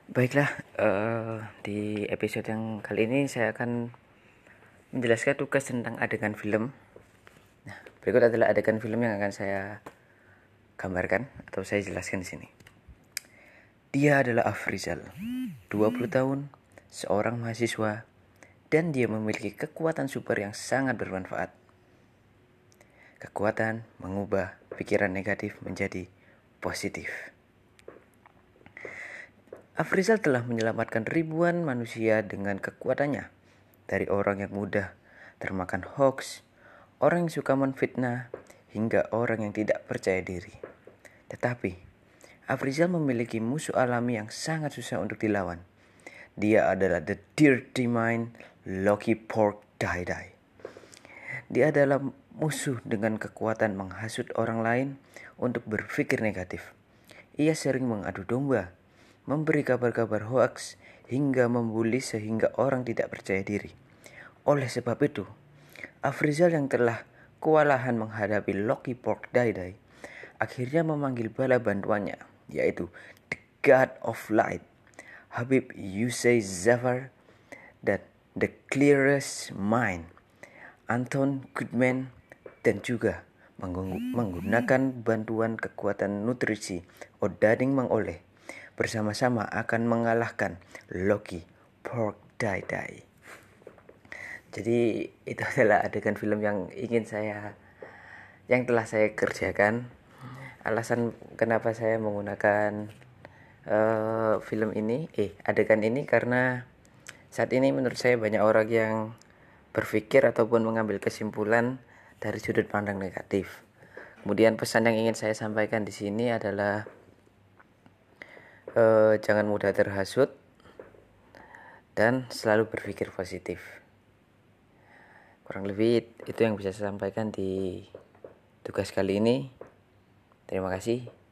Baiklah, di episode yang kali ini saya akan menjelaskan tugas tentang adegan film. Nah, berikut adalah adegan film yang akan saya gambarkan atau saya jelaskan di sini. Dia adalah Afrizal, 20 tahun, seorang mahasiswa, dan dia memiliki kekuatan super yang sangat bermanfaat. Kekuatan mengubah pikiran negatif menjadi positif. Afrizal telah menyelamatkan ribuan manusia dengan kekuatannya, dari orang yang mudah termakan hoax, orang yang suka menfitnah, hingga orang yang tidak percaya diri. Tetapi, Afrizal memiliki musuh alami yang sangat susah untuk dilawan. Dia adalah The Dirty Mind, Loki Pork Die Die. Dia adalah musuh dengan kekuatan menghasut orang lain untuk berpikir negatif. Ia sering mengadu domba, memberi kabar-kabar hoaks, hingga membuli sehingga orang tidak percaya diri. Oleh sebab itu, Afrizal yang telah kewalahan menghadapi Loki Pork Die Die akhirnya memanggil bala bantuannya, yaitu The God of Light, Habib Yusei Zafar, dan The Clearest Mind, Anton Goodman, dan juga menggunakan bantuan kekuatan nutrisi Odading Mangoleh. Bersama-sama akan mengalahkan Loki Pork Die Die. Jadi itu adalah adegan film yang telah saya kerjakan. Alasan kenapa saya menggunakan adegan ini karena saat ini menurut saya banyak orang yang berpikir ataupun mengambil kesimpulan dari sudut pandang negatif. Kemudian pesan yang ingin saya sampaikan di sini adalah jangan mudah terhasut dan selalu berpikir positif. Kurang lebih itu yang bisa saya sampaikan di tugas kali ini. Terima kasih.